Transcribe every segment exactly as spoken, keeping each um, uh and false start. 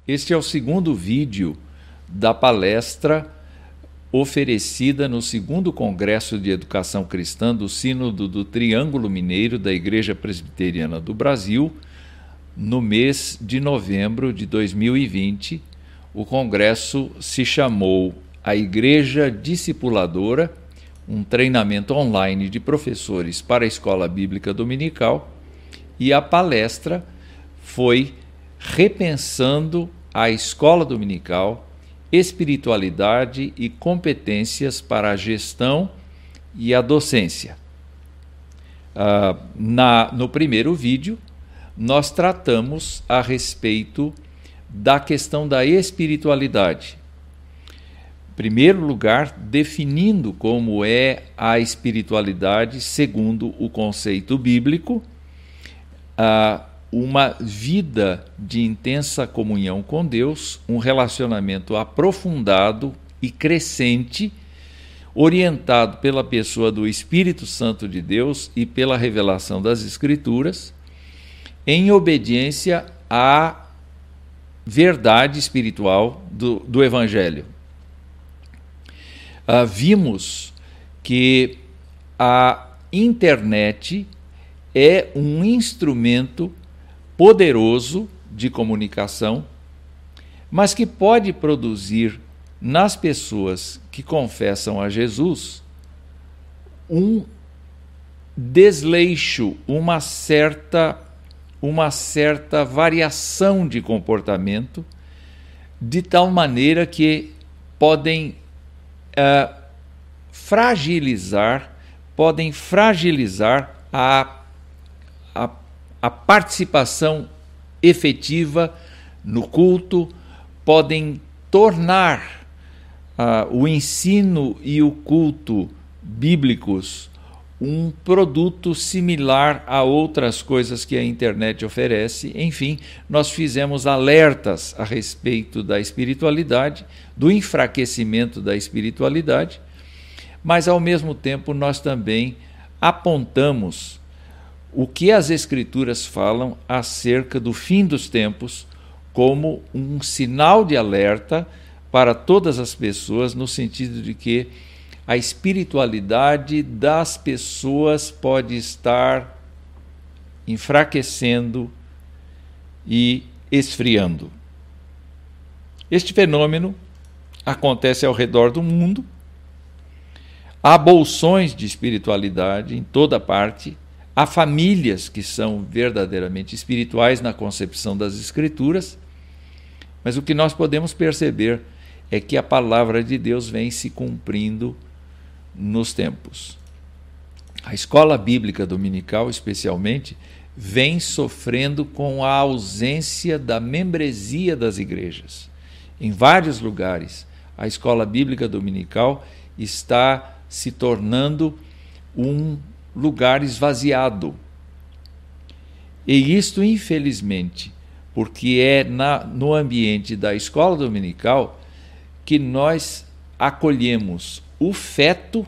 Este é o segundo vídeo da palestra oferecida no segundo Congresso de Educação Cristã do Sínodo do Triângulo Mineiro da Igreja Presbiteriana do Brasil, no mês de novembro de dois mil e vinte. O congresso se chamou A Igreja Discipuladora, um treinamento online de professores para a Escola Bíblica Dominical, e a palestra foi Repensando a Escola Dominical, Espiritualidade e Competências para a Gestão e a Docência. Ah, na, no primeiro vídeo, nós tratamos a respeito da questão da espiritualidade. Em primeiro lugar, definindo como é a espiritualidade segundo o conceito bíblico, ah, uma vida de intensa comunhão com Deus, um relacionamento aprofundado e crescente, orientado pela pessoa do Espírito Santo de Deus e pela revelação das Escrituras, em obediência à verdade espiritual do, do Evangelho. Ah, vimos que a internet é um instrumento poderoso de comunicação, mas que pode produzir nas pessoas que confessam a Jesus um desleixo, uma certa, uma certa variação de comportamento, de tal maneira que podem uh, fragilizar, podem fragilizar a, a a participação efetiva no culto, podem tornar uh, o ensino e o culto bíblicos um produto similar a outras coisas que a internet oferece. Enfim, nós fizemos alertas a respeito da espiritualidade, do enfraquecimento da espiritualidade, mas ao mesmo tempo nós também apontamos o que as Escrituras falam acerca do fim dos tempos como um sinal de alerta para todas as pessoas, no sentido de que a espiritualidade das pessoas pode estar enfraquecendo e esfriando. Este fenômeno acontece ao redor do mundo. Há bolsões de espiritualidade em toda parte. Há famílias que são verdadeiramente espirituais na concepção das Escrituras, mas o que nós podemos perceber é que a palavra de Deus vem se cumprindo nos tempos. A escola bíblica dominical, especialmente, vem sofrendo com a ausência da membresia das igrejas. Em vários lugares, a escola bíblica dominical está se tornando um lugar esvaziado. E isto, infelizmente, porque é na, no ambiente da escola dominical que nós acolhemos o feto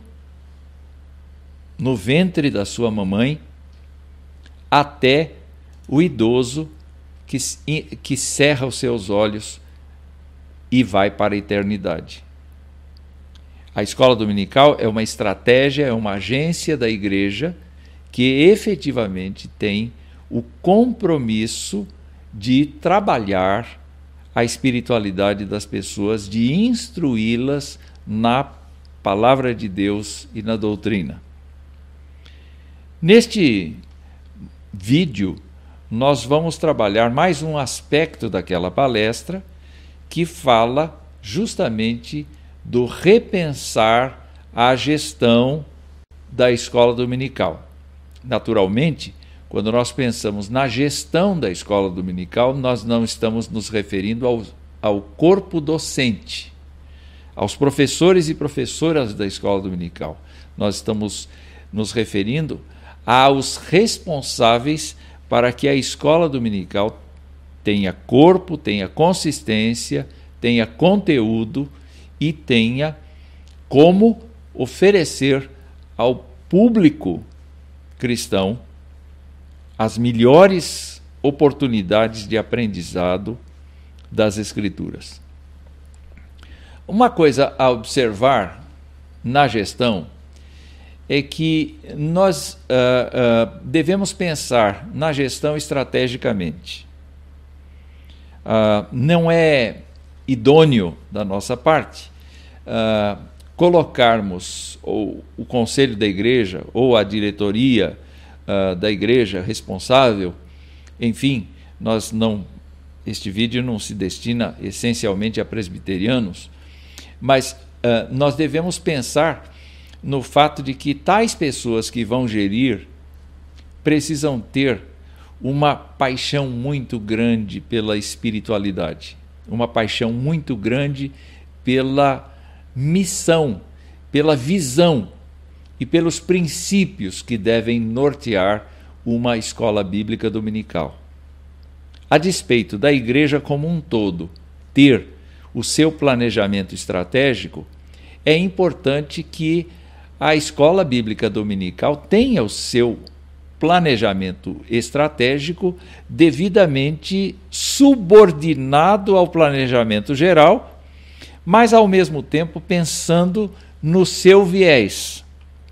no ventre da sua mamãe até o idoso que, que cerra os seus olhos e vai para a eternidade. A escola dominical é uma estratégia, é uma agência da igreja que efetivamente tem o compromisso de trabalhar a espiritualidade das pessoas, de instruí-las na palavra de Deus e na doutrina. Neste vídeo, nós vamos trabalhar mais um aspecto daquela palestra que fala justamente do repensar a gestão da escola dominical. Naturalmente, quando nós pensamos na gestão da escola dominical, nós não estamos nos referindo ao, ao corpo docente, aos professores e professoras da escola dominical. Nós estamos nos referindo aos responsáveis para que a escola dominical tenha corpo, tenha consistência, tenha conteúdo e tenha como oferecer ao público cristão as melhores oportunidades de aprendizado das Escrituras. Uma coisa a observar na gestão é que nós uh, uh, devemos pensar na gestão estrategicamente. Uh, não é idôneo da nossa parte uh, colocarmos ou o conselho da igreja ou a diretoria uh, da igreja responsável, enfim, nós não, este vídeo não se destina essencialmente a presbiterianos, mas uh, nós devemos pensar no fato de que tais pessoas que vão gerir precisam ter uma paixão muito grande pela espiritualidade, uma paixão muito grande pela missão, pela visão e pelos princípios que devem nortear uma escola bíblica dominical. A despeito da igreja como um todo ter o seu planejamento estratégico, é importante que a escola bíblica dominical tenha o seu planejamento estratégico devidamente subordinado ao planejamento geral, mas ao mesmo tempo pensando no seu viés.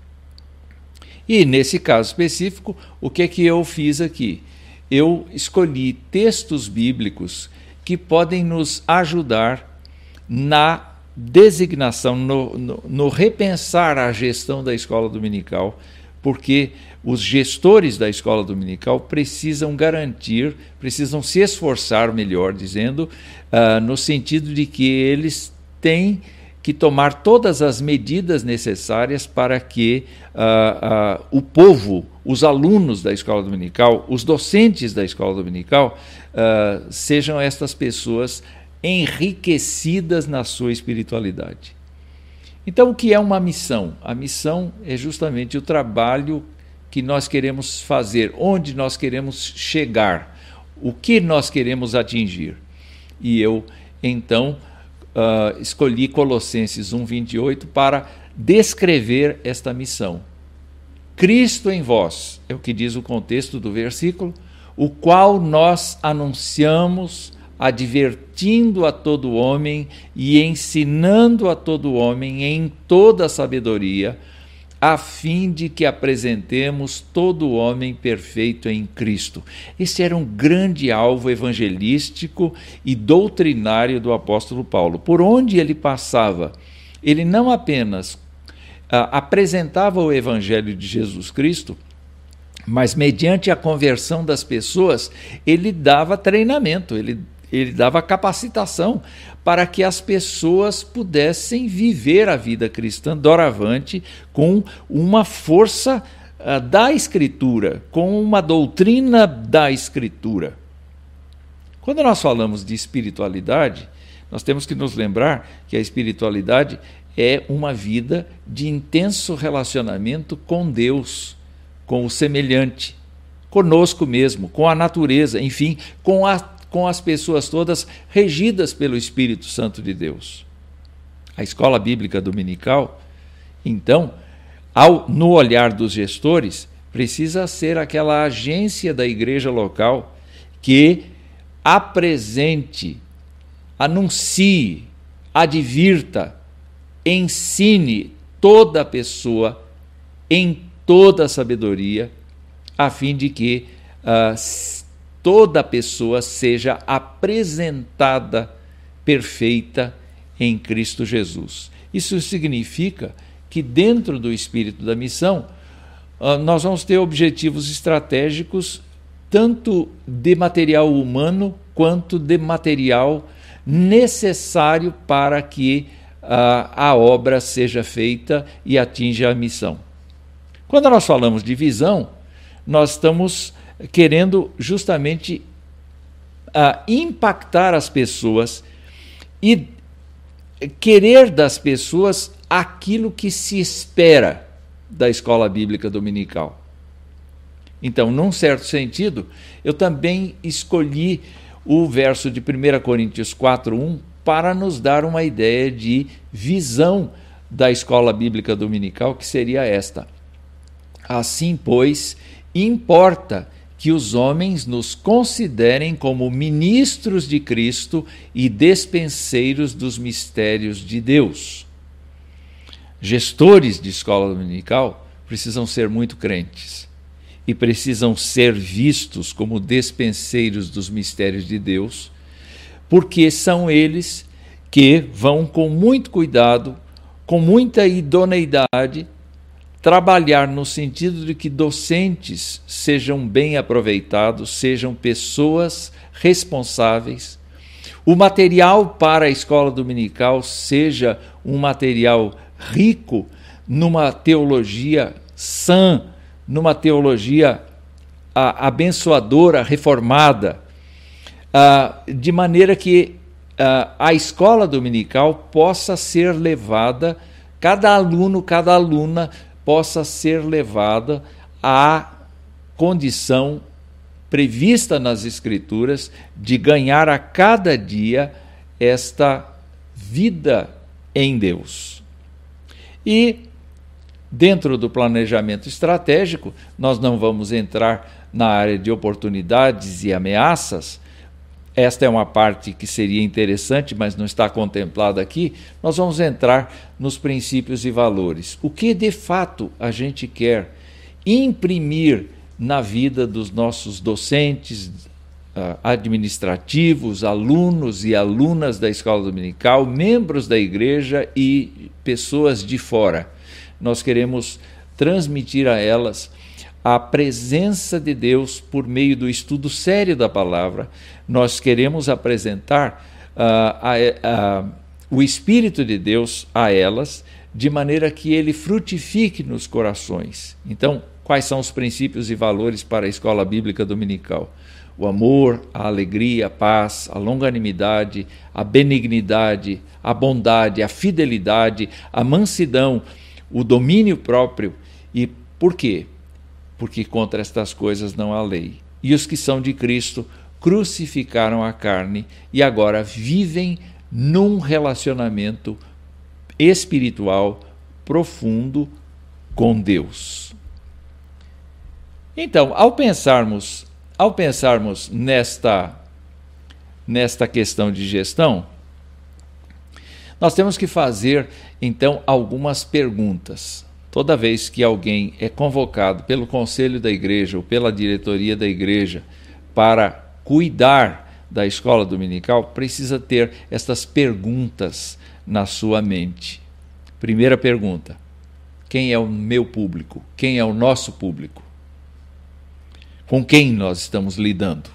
E nesse caso específico, o que é que eu fiz aqui? Eu escolhi textos bíblicos que podem nos ajudar na designação, no, no, no repensar a gestão da escola dominical, porque os gestores da escola dominical precisam garantir, precisam se esforçar, melhor dizendo, uh, no sentido de que eles têm que tomar todas as medidas necessárias para que uh, uh, o povo, os alunos da escola dominical, os docentes da escola dominical, uh, sejam estas pessoas enriquecidas na sua espiritualidade. Então, o que é uma missão? A missão é justamente o trabalho que nós queremos fazer, onde nós queremos chegar, o que nós queremos atingir. E eu, então, uh, escolhi Colossenses um, vinte e oito para descrever esta missão. Cristo em vós, é o que diz o contexto do versículo, o qual nós anunciamos, advertindo a todo homem e ensinando a todo homem em toda a sabedoria, a fim de que apresentemos todo homem perfeito em Cristo. Esse era um grande alvo evangelístico e doutrinário do apóstolo Paulo. Por onde ele passava, ele não apenas ah, apresentava o evangelho de Jesus Cristo, mas mediante a conversão das pessoas, ele dava treinamento, ele Ele dava capacitação para que as pessoas pudessem viver a vida cristã doravante com uma força uh, da Escritura, com uma doutrina da Escritura. Quando nós falamos de espiritualidade, nós temos que nos lembrar que a espiritualidade é uma vida de intenso relacionamento com Deus, com o semelhante, conosco mesmo, com a natureza, enfim, com a com as pessoas todas regidas pelo Espírito Santo de Deus. A escola bíblica dominical, então, ao, no olhar dos gestores, precisa ser aquela agência da igreja local que apresente, anuncie, advirta, ensine toda a pessoa em toda a sabedoria, a fim de que uh, toda pessoa seja apresentada perfeita em Cristo Jesus. Isso significa que dentro do espírito da missão, nós vamos ter objetivos estratégicos tanto de material humano quanto de material necessário para que a obra seja feita e atinja a missão. Quando nós falamos de visão, nós estamos querendo justamente uh, impactar as pessoas e querer das pessoas aquilo que se espera da escola bíblica dominical. Então, num certo sentido, eu também escolhi o verso de primeira Coríntios quatro, um para nos dar uma ideia de visão da escola bíblica dominical, que seria esta: assim, pois, importa que os homens nos considerem como ministros de Cristo e despenseiros dos mistérios de Deus. Gestores de escola dominical precisam ser muito crentes e precisam ser vistos como despenseiros dos mistérios de Deus, porque são eles que vão com muito cuidado, com muita idoneidade, trabalhar no sentido de que docentes sejam bem aproveitados, sejam pessoas responsáveis, o material para a escola dominical seja um material rico numa teologia sã, numa teologia a, abençoadora, reformada, a, de maneira que a, a escola dominical possa ser levada, cada aluno, cada aluna possa ser levada à condição prevista nas Escrituras de ganhar a cada dia esta vida em Deus. E, dentro do planejamento estratégico, nós não vamos entrar na área de oportunidades e ameaças. Esta é uma parte que seria interessante, mas não está contemplada aqui. Nós vamos entrar nos princípios e valores. O que, de fato, a gente quer imprimir na vida dos nossos docentes, administrativos, alunos e alunas da escola dominical, membros da igreja e pessoas de fora. Nós queremos transmitir a elas a presença de Deus por meio do estudo sério da palavra. Nós queremos apresentar uh, a, a, o Espírito de Deus a elas, de maneira que ele frutifique nos corações. Então, quais são os princípios e valores para a escola bíblica dominical? O amor, a alegria, a paz, a longanimidade, a benignidade, a bondade, a fidelidade, a mansidão, o domínio próprio. E por quê? Porque contra estas coisas não há lei. E os que são de Cristo crucificaram a carne e agora vivem num relacionamento espiritual profundo com Deus. Então, ao pensarmos, ao pensarmos nesta, nesta questão de gestão, nós temos que fazer, então, algumas perguntas. Toda vez que alguém é convocado pelo conselho da igreja ou pela diretoria da igreja para cuidar da escola dominical, precisa ter estas perguntas na sua mente. Primeira pergunta: quem é o meu público? Quem é o nosso público? Com quem nós estamos lidando?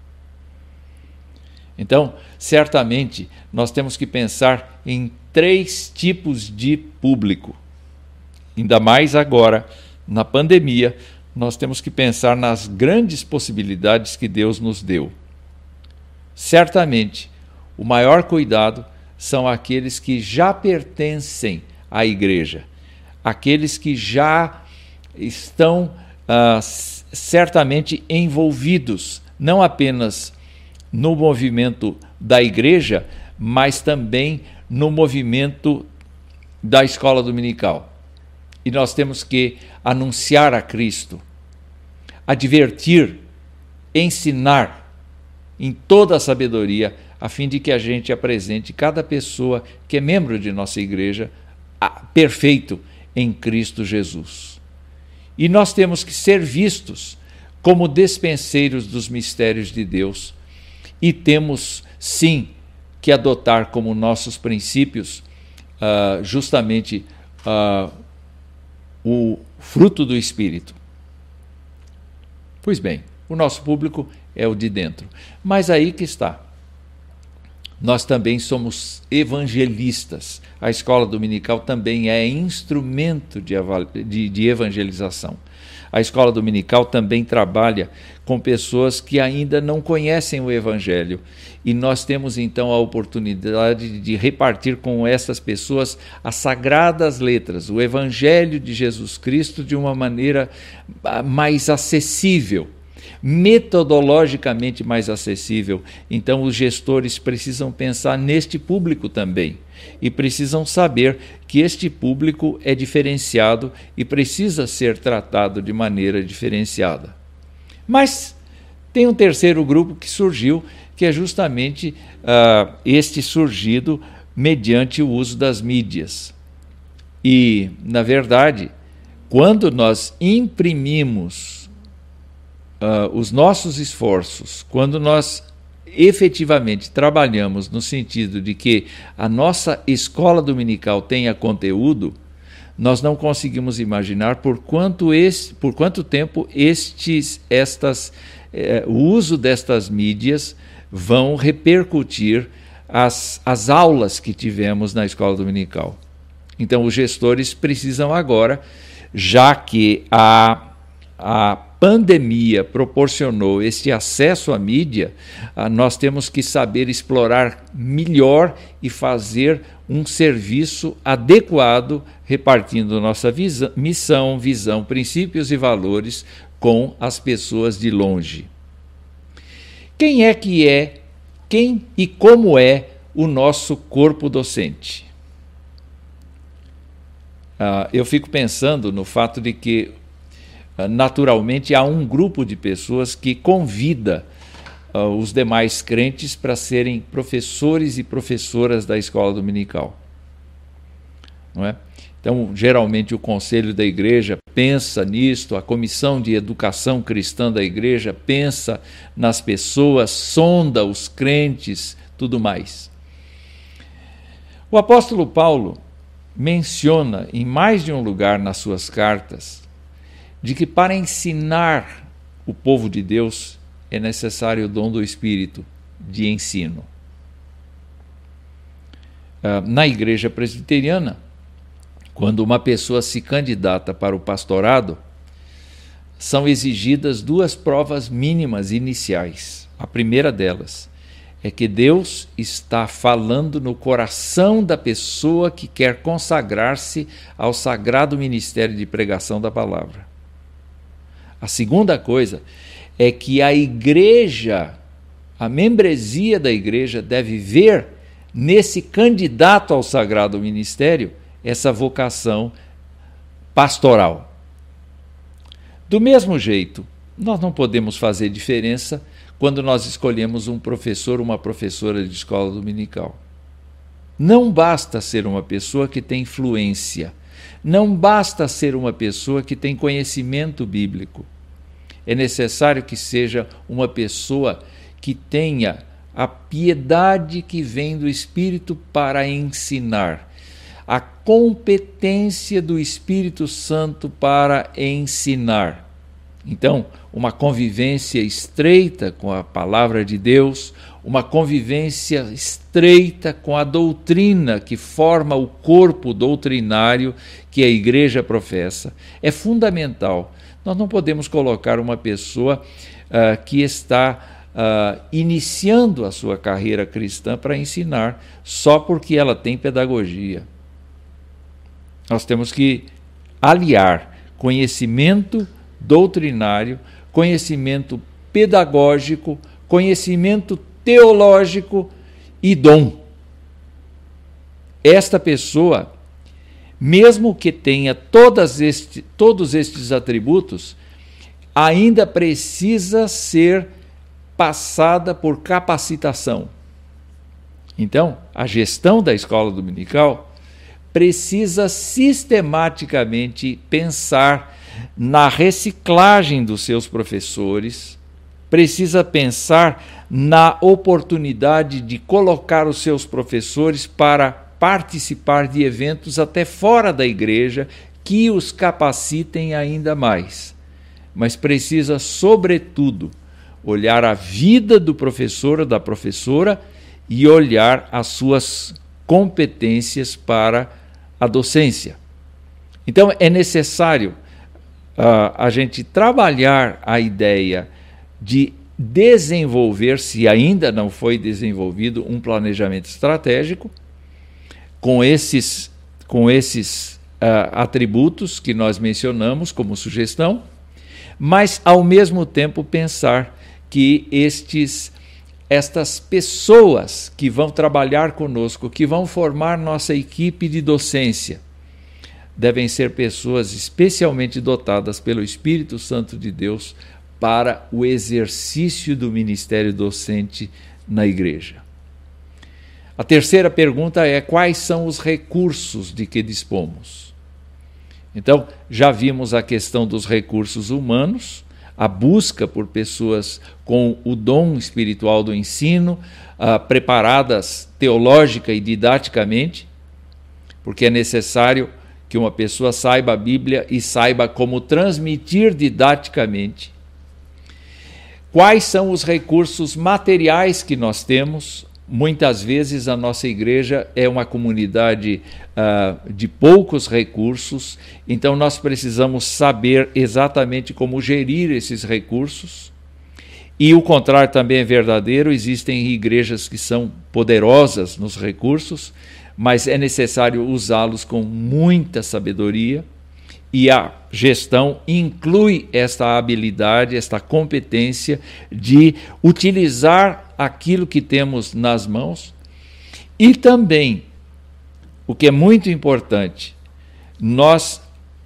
Então, certamente, nós temos que pensar em três tipos de público. Ainda mais agora, na pandemia, nós temos que pensar nas grandes possibilidades que Deus nos deu. Certamente, o maior cuidado são aqueles que já pertencem à igreja, aqueles que já estão ah, certamente envolvidos, não apenas no movimento da igreja, mas também no movimento da escola dominical. E nós temos que anunciar a Cristo, advertir, ensinar em toda a sabedoria, a fim de que a gente apresente cada pessoa que é membro de nossa igreja a, perfeito em Cristo Jesus. E nós temos que ser vistos como despenseiros dos mistérios de Deus e temos, sim, que adotar como nossos princípios uh, justamente uh, o fruto do Espírito. Pois bem, o nosso público é o de dentro. Mas aí que está. Nós também somos evangelistas. A escola dominical também é instrumento de, de, de evangelização. A escola dominical também trabalha com pessoas que ainda não conhecem o Evangelho. E nós temos então a oportunidade de repartir com essas pessoas as sagradas letras, o Evangelho de Jesus Cristo, de uma maneira mais acessível, metodologicamente mais acessível. Então os gestores precisam pensar neste público também e precisam saber que este público é diferenciado e precisa ser tratado de maneira diferenciada. Mas tem um terceiro grupo que surgiu, que é justamente uh, este surgido mediante o uso das mídias. E, na verdade, quando nós imprimimos uh, os nossos esforços, quando nós efetivamente trabalhamos no sentido de que a nossa escola dominical tenha conteúdo, nós não conseguimos imaginar por quanto, esse, por quanto tempo estes, estas, eh, o uso destas mídias vão repercutir as, as aulas que tivemos na escola dominical. Então, os gestores precisam agora, já que a, a pandemia proporcionou este acesso à mídia, nós temos que saber explorar melhor e fazer um serviço adequado, repartindo nossa visão, missão, visão, princípios e valores com as pessoas de longe. Quem é que é, quem e como é o nosso corpo docente? Uh, eu fico pensando no fato de que, uh, naturalmente, há um grupo de pessoas que convida uh, os demais crentes para serem professores e professoras da escola dominical. Não é? Então, geralmente, o conselho da igreja pensa nisto, a comissão de educação cristã da igreja pensa nas pessoas, sonda os crentes, tudo mais. O apóstolo Paulo menciona em mais de um lugar nas suas cartas de que para ensinar o povo de Deus é necessário o dom do Espírito de ensino. Na igreja presbiteriana, quando uma pessoa se candidata para o pastorado, são exigidas duas provas mínimas iniciais. A primeira delas é que Deus está falando no coração da pessoa que quer consagrar-se ao sagrado ministério de pregação da palavra. A segunda coisa é que a igreja, a membresia da igreja deve ver nesse candidato ao sagrado ministério essa vocação pastoral. Do mesmo jeito, nós não podemos fazer diferença quando nós escolhemos um professor ou uma professora de escola dominical. Não basta ser uma pessoa que tem influência, não basta ser uma pessoa que tem conhecimento bíblico. É necessário que seja uma pessoa que tenha a piedade que vem do Espírito para ensinar, a competência do Espírito Santo para ensinar. Então, uma convivência estreita com a palavra de Deus, uma convivência estreita com a doutrina que forma o corpo doutrinário que a igreja professa, é fundamental. Nós não podemos colocar uma pessoa uh, que está uh, iniciando a sua carreira cristã para ensinar só porque ela tem pedagogia. Nós temos que aliar conhecimento doutrinário, conhecimento pedagógico, conhecimento teológico e dom. Esta pessoa, mesmo que tenha todas este, todos estes atributos, ainda precisa ser passada por capacitação. Então, a gestão da escola dominical precisa sistematicamente pensar na reciclagem dos seus professores, precisa pensar na oportunidade de colocar os seus professores para participar de eventos até fora da igreja que os capacitem ainda mais. Mas precisa, sobretudo, olhar a vida do professor ou da professora e olhar as suas competências para a docência. Então, é necessário Uh, a gente trabalhar a ideia de desenvolver, se ainda não foi desenvolvido, um planejamento estratégico com esses, com esses uh, atributos que nós mencionamos como sugestão, mas, ao mesmo tempo, pensar que estes, estas pessoas que vão trabalhar conosco, que vão formar nossa equipe de docência, devem ser pessoas especialmente dotadas pelo Espírito Santo de Deus para o exercício do ministério docente na igreja. A terceira pergunta é: quais são os recursos de que dispomos? Então, já vimos a questão dos recursos humanos, a busca por pessoas com o dom espiritual do ensino, uh, preparadas teológica e didaticamente, porque é necessário que uma pessoa saiba a Bíblia e saiba como transmitir didaticamente. Quais são os recursos materiais que nós temos? Muitas vezes a nossa igreja é uma comunidade uh, de poucos recursos, então nós precisamos saber exatamente como gerir esses recursos. E o contrário também é verdadeiro, existem igrejas que são poderosas nos recursos, mas é necessário usá-los com muita sabedoria, e a gestão inclui esta habilidade, esta competência de utilizar aquilo que temos nas mãos e também, o que é muito importante, nós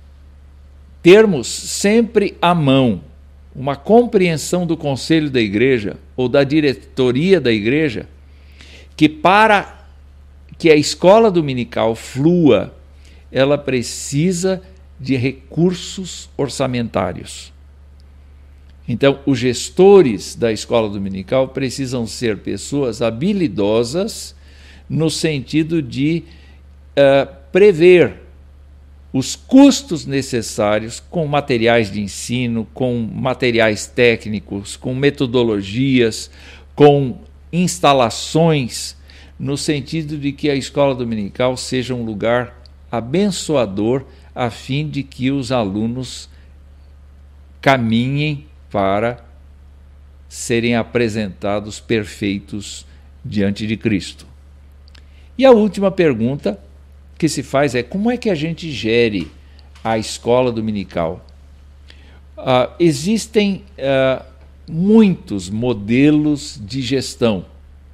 termos sempre à mão uma compreensão do conselho da igreja ou da diretoria da igreja, que para que a escola dominical flua, ela precisa de recursos orçamentários. Então, os gestores da escola dominical precisam ser pessoas habilidosas no sentido de uh, prever os custos necessários com materiais de ensino, com materiais técnicos, com metodologias, com instalações, no sentido de que a escola dominical seja um lugar abençoador, a fim de que os alunos caminhem para serem apresentados perfeitos diante de Cristo. E a última pergunta que se faz é: como é que a gente gere a escola dominical? Uh, existem uh, muitos modelos de gestão.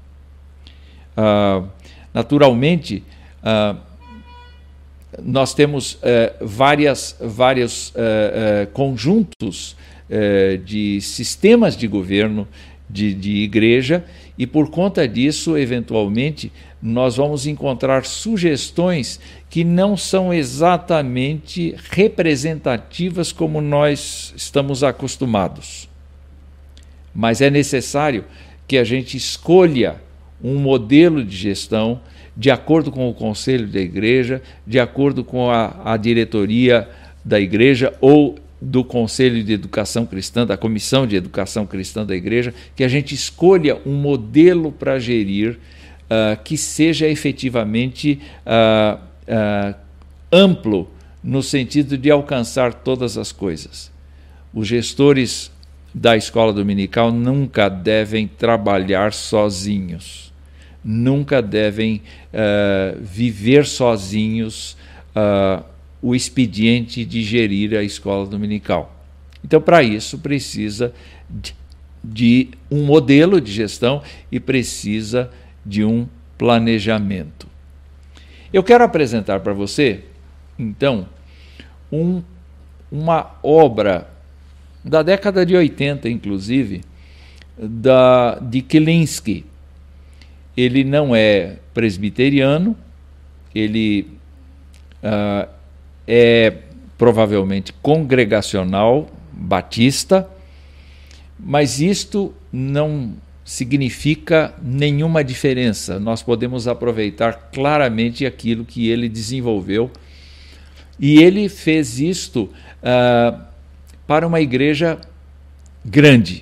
Uh, naturalmente, uh, nós temos uh, várias, vários uh, uh, conjuntos uh, de sistemas de governo, de, de igreja, e por conta disso, eventualmente, nós vamos encontrar sugestões que não são exatamente representativas como nós estamos acostumados. Mas é necessário que a gente escolha um modelo de gestão de acordo com o conselho da igreja, de acordo com a, a diretoria da igreja ou do Conselho de Educação Cristã, da Comissão de Educação Cristã da igreja, que a gente escolha um modelo para gerir uh, que seja efetivamente uh, uh, amplo, no sentido de alcançar todas as coisas. Os gestores da escola dominical nunca devem trabalhar sozinhos, nunca devem uh, viver sozinhos uh, o expediente de gerir a escola dominical. Então, para isso, precisa de, de um modelo de gestão e precisa de um planejamento. Eu quero apresentar para você, então, um, uma obra da década de oitenta, inclusive, da, de Kilinski. Ele não é presbiteriano, ele uh, é provavelmente congregacional, batista, mas isto não significa nenhuma diferença. Nós podemos aproveitar claramente aquilo que ele desenvolveu, e ele fez isto uh, para uma igreja grande.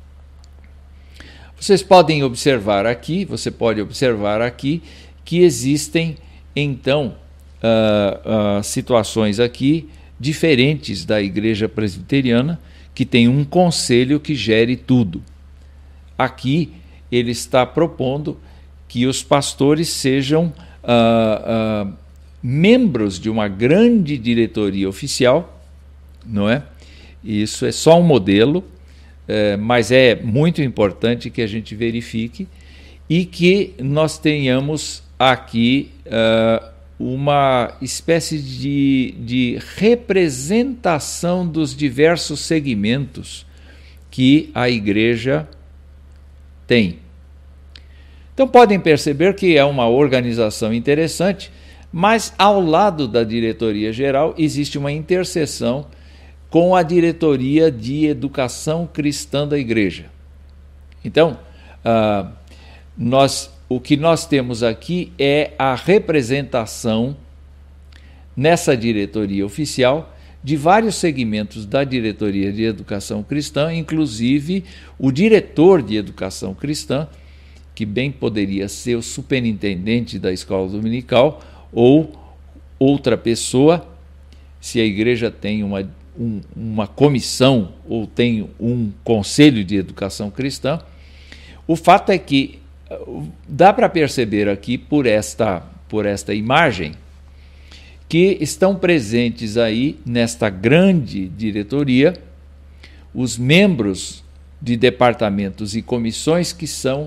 Vocês podem observar aqui, você pode observar aqui, que existem, então, uh, uh, situações aqui diferentes da igreja presbiteriana, que tem um conselho que gere tudo. Aqui ele está propondo que os pastores sejam uh, uh, membros de uma grande diretoria oficial, não é? Isso é só um modelo, é, mas é muito importante que a gente verifique e que nós tenhamos aqui uh, uma espécie de, de representação dos diversos segmentos que a igreja tem. Então podem perceber que é uma organização interessante, mas ao lado da diretoria geral existe uma interseção com a diretoria de educação cristã da igreja. Então, uh, nós, o que nós temos aqui é a representação nessa diretoria oficial de vários segmentos da diretoria de educação cristã, inclusive o diretor de educação cristã, que bem poderia ser o superintendente da escola dominical ou outra pessoa, se a igreja tem uma, um, uma comissão ou tem um conselho de educação cristã. O fato é que dá para perceber aqui por esta, por esta imagem que estão presentes aí nesta grande diretoria os membros de departamentos e comissões que são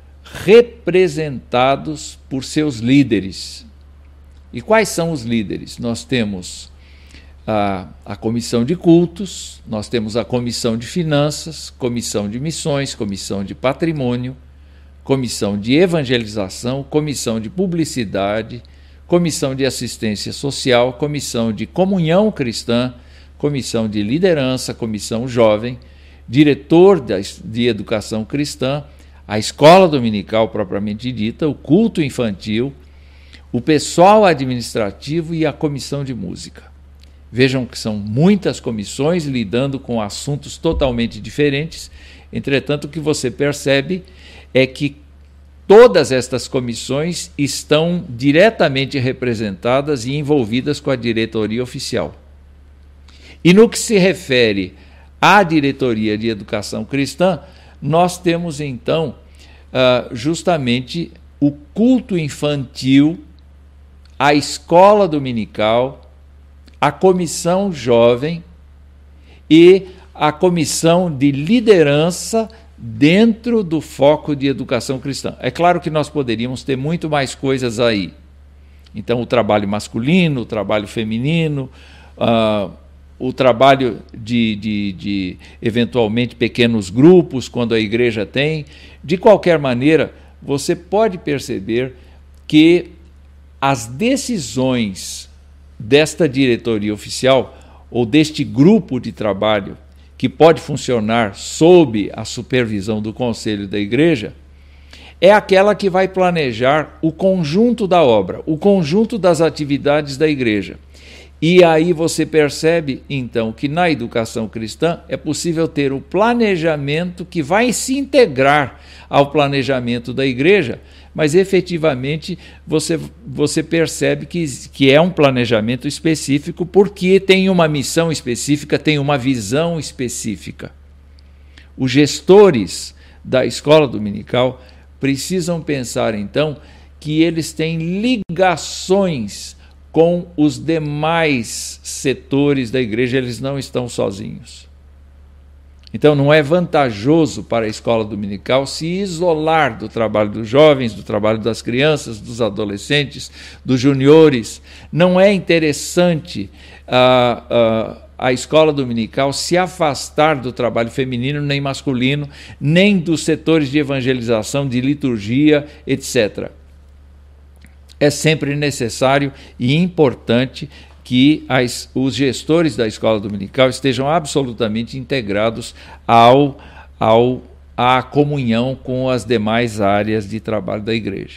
representados por seus líderes. E quais são os líderes? Nós temos a, a comissão de cultos, nós temos a comissão de finanças, comissão de missões, comissão de patrimônio, comissão de evangelização, comissão de publicidade, comissão de assistência social, comissão de comunhão cristã, comissão de liderança, comissão jovem, diretor de educação cristã, a escola dominical propriamente dita, o culto infantil, o pessoal administrativo e a comissão de música. Vejam que são muitas comissões lidando com assuntos totalmente diferentes. Entretanto, o que você percebe é que todas estas comissões estão diretamente representadas e envolvidas com a diretoria oficial. E no que se refere à diretoria de educação cristã, nós temos então justamente o culto infantil, a escola dominical, a comissão jovem e a comissão de liderança dentro do foco de educação cristã. É claro que nós poderíamos ter muito mais coisas aí. Então, o trabalho masculino, o trabalho feminino, uh, o trabalho de, de, de, eventualmente, pequenos grupos, quando a igreja tem. De qualquer maneira, você pode perceber que as decisões desta diretoria oficial ou deste grupo de trabalho que pode funcionar sob a supervisão do conselho da igreja, é aquela que vai planejar o conjunto da obra, o conjunto das atividades da igreja. E aí você percebe, então, que na educação cristã é possível ter o planejamento que vai se integrar ao planejamento da igreja, mas efetivamente você, você percebe que, que é um planejamento específico porque tem uma missão específica, tem uma visão específica. Os gestores da escola dominical precisam pensar, então, que eles têm ligações com os demais setores da igreja, eles não estão sozinhos. Então, não é vantajoso para a escola dominical se isolar do trabalho dos jovens, do trabalho das crianças, dos adolescentes, dos juniores. Não é interessante uh, uh, a escola dominical se afastar do trabalho feminino nem masculino, nem dos setores de evangelização, de liturgia, etcétera. É sempre necessário e importante que as, os gestores da escola dominical estejam absolutamente integrados ao, ao, à comunhão com as demais áreas de trabalho da igreja.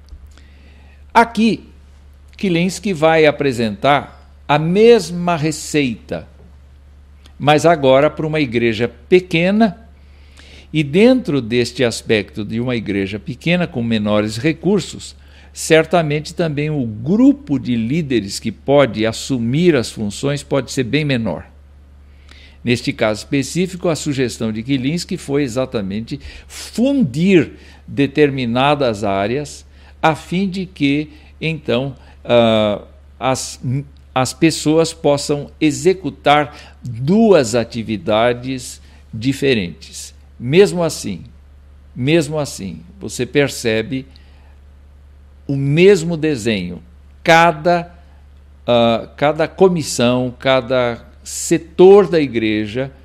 Aqui, Kilinski vai apresentar a mesma receita, mas agora para uma igreja pequena, e dentro deste aspecto de uma igreja pequena com menores recursos, certamente também o grupo de líderes que pode assumir as funções pode ser bem menor. Neste caso específico, a sugestão de Kilinski foi exatamente fundir determinadas áreas a fim de que, então, uh, as, as pessoas possam executar duas atividades diferentes. Mesmo assim, mesmo assim, você percebe o mesmo desenho. Cada, uh, cada comissão, cada setor da igreja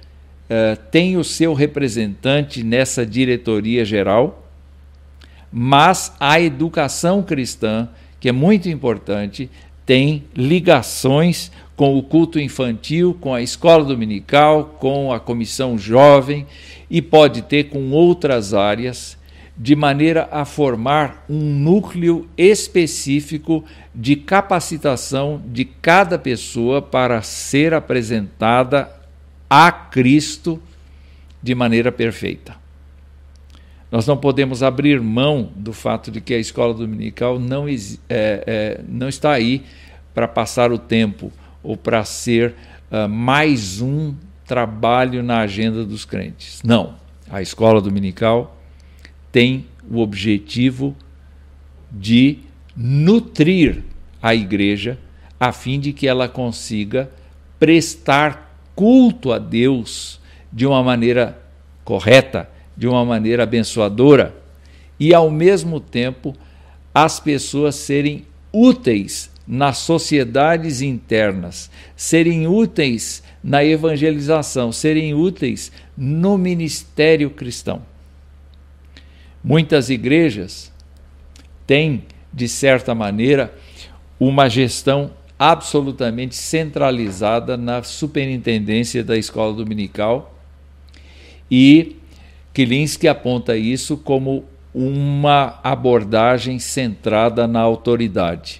uh, tem o seu representante nessa diretoria geral, mas a educação cristã, que é muito importante, tem ligações com o culto infantil, com a escola dominical, com a comissão jovem e pode ter com outras áreas, de maneira a formar um núcleo específico de capacitação de cada pessoa para ser apresentada a Cristo de maneira perfeita. Nós não podemos abrir mão do fato de que a escola dominical não, é, é, não está aí para passar o tempo ou para ser uh, mais um trabalho na agenda dos crentes. Não, a escola dominical tem o objetivo de nutrir a igreja a fim de que ela consiga prestar culto a Deus de uma maneira correta, de uma maneira abençoadora e, ao mesmo tempo, as pessoas serem úteis nas sociedades internas, serem úteis na evangelização, serem úteis no ministério cristão. Muitas igrejas têm, de certa maneira, uma gestão absolutamente centralizada na superintendência da escola dominical e Kilinski aponta isso como uma abordagem centrada na autoridade.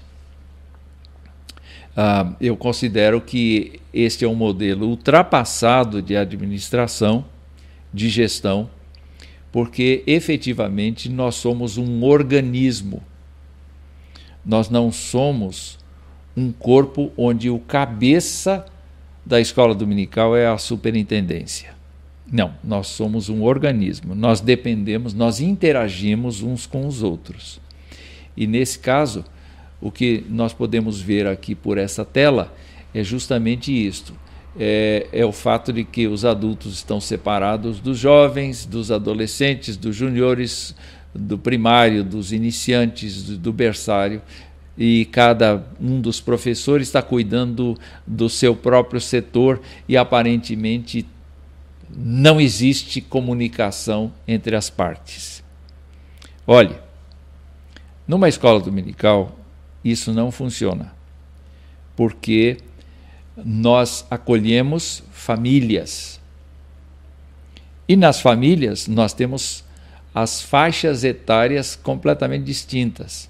Uh, eu considero que este é um modelo ultrapassado de administração, de gestão, porque efetivamente nós somos um organismo. Nós não somos um corpo onde o cabeça da escola dominical é a superintendência. Não, nós somos um organismo, nós dependemos, nós interagimos uns com os outros. E nesse caso, o que nós podemos ver aqui por essa tela é justamente isto. É, é o fato de que os adultos estão separados dos jovens, dos adolescentes, dos juniores, do primário, dos iniciantes, do, do berçário, e cada um dos professores está cuidando do seu próprio setor e aparentemente não existe comunicação entre as partes. Olhe, numa escola dominical isso não funciona, porque nós acolhemos famílias. E nas famílias nós temos as faixas etárias completamente distintas.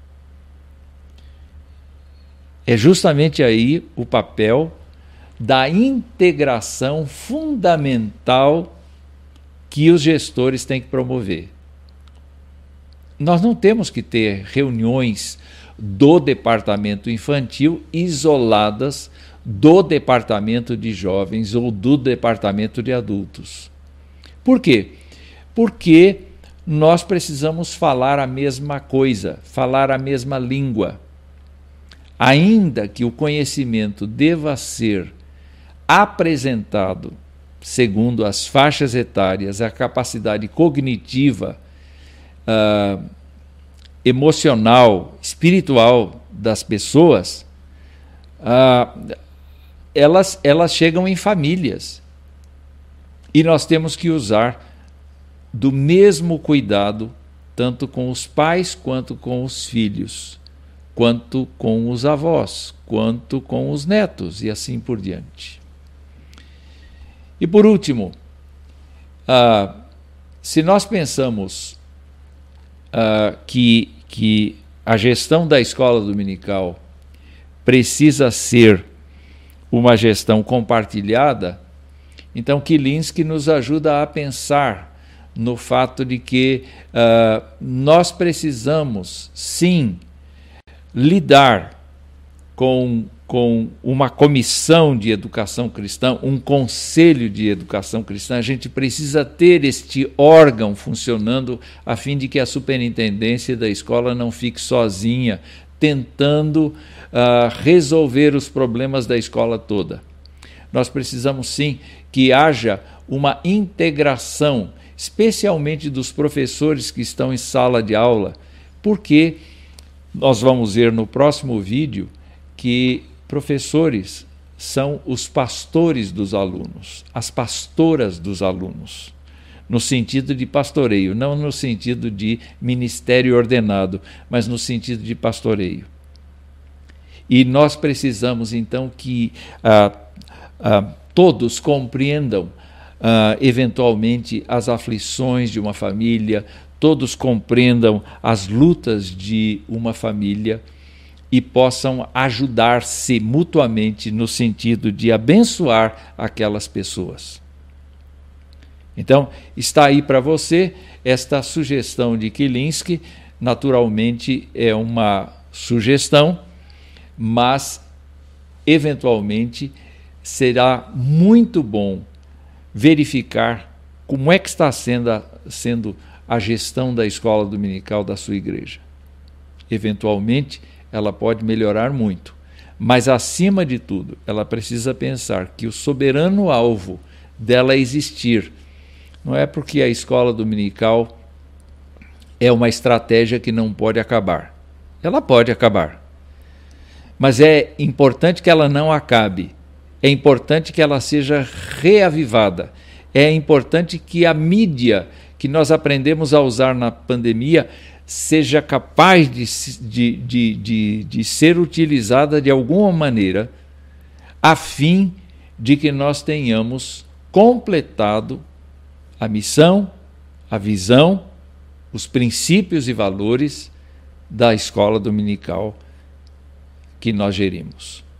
É justamente aí o papel da integração fundamental que os gestores têm que promover. Nós não temos que ter reuniões do departamento infantil isoladas do departamento de jovens ou do departamento de adultos. Por quê? Porque nós precisamos falar a mesma coisa, falar a mesma língua. Ainda que o conhecimento deva ser apresentado segundo as faixas etárias, a capacidade cognitiva, uh, emocional, espiritual das pessoas, uh, elas, elas chegam em famílias. E nós temos que usar do mesmo cuidado, tanto com os pais quanto com os filhos, quanto com os avós, quanto com os netos e assim por diante. E por último, uh, se nós pensamos uh, que, que a gestão da escola dominical precisa ser uma gestão compartilhada, então Kilinski nos ajuda a pensar no fato de que uh, nós precisamos, sim, lidar com, com uma comissão de educação cristã, um conselho de educação cristã. A gente precisa ter este órgão funcionando a fim de que a superintendência da escola não fique sozinha, tentando uh, resolver os problemas da escola toda. Nós precisamos, sim, que haja uma integração, especialmente dos professores que estão em sala de aula, porque nós vamos ver no próximo vídeo que professores são os pastores dos alunos, as pastoras dos alunos, no sentido de pastoreio, não no sentido de ministério ordenado, mas no sentido de pastoreio. E nós precisamos, então, que ah, ah, todos compreendam, ah, eventualmente, as aflições de uma família, todos compreendam as lutas de uma família e possam ajudar-se mutuamente no sentido de abençoar aquelas pessoas. Então, está aí para você esta sugestão de Kilinski. Naturalmente é uma sugestão, mas eventualmente será muito bom verificar como é que está sendo a, sendo a gestão da escola dominical da sua igreja. Eventualmente, ela pode melhorar muito, mas acima de tudo, ela precisa pensar que o soberano alvo dela existir não é porque a escola dominical é uma estratégia que não pode acabar. Ela pode acabar, mas é importante que ela não acabe. É importante que ela seja reavivada. É importante que a mídia que nós aprendemos a usar na pandemia seja capaz de, de, de, de, de ser utilizada de alguma maneira, a fim de que nós tenhamos completado a missão, a visão, os princípios e valores da escola dominical que nós gerimos.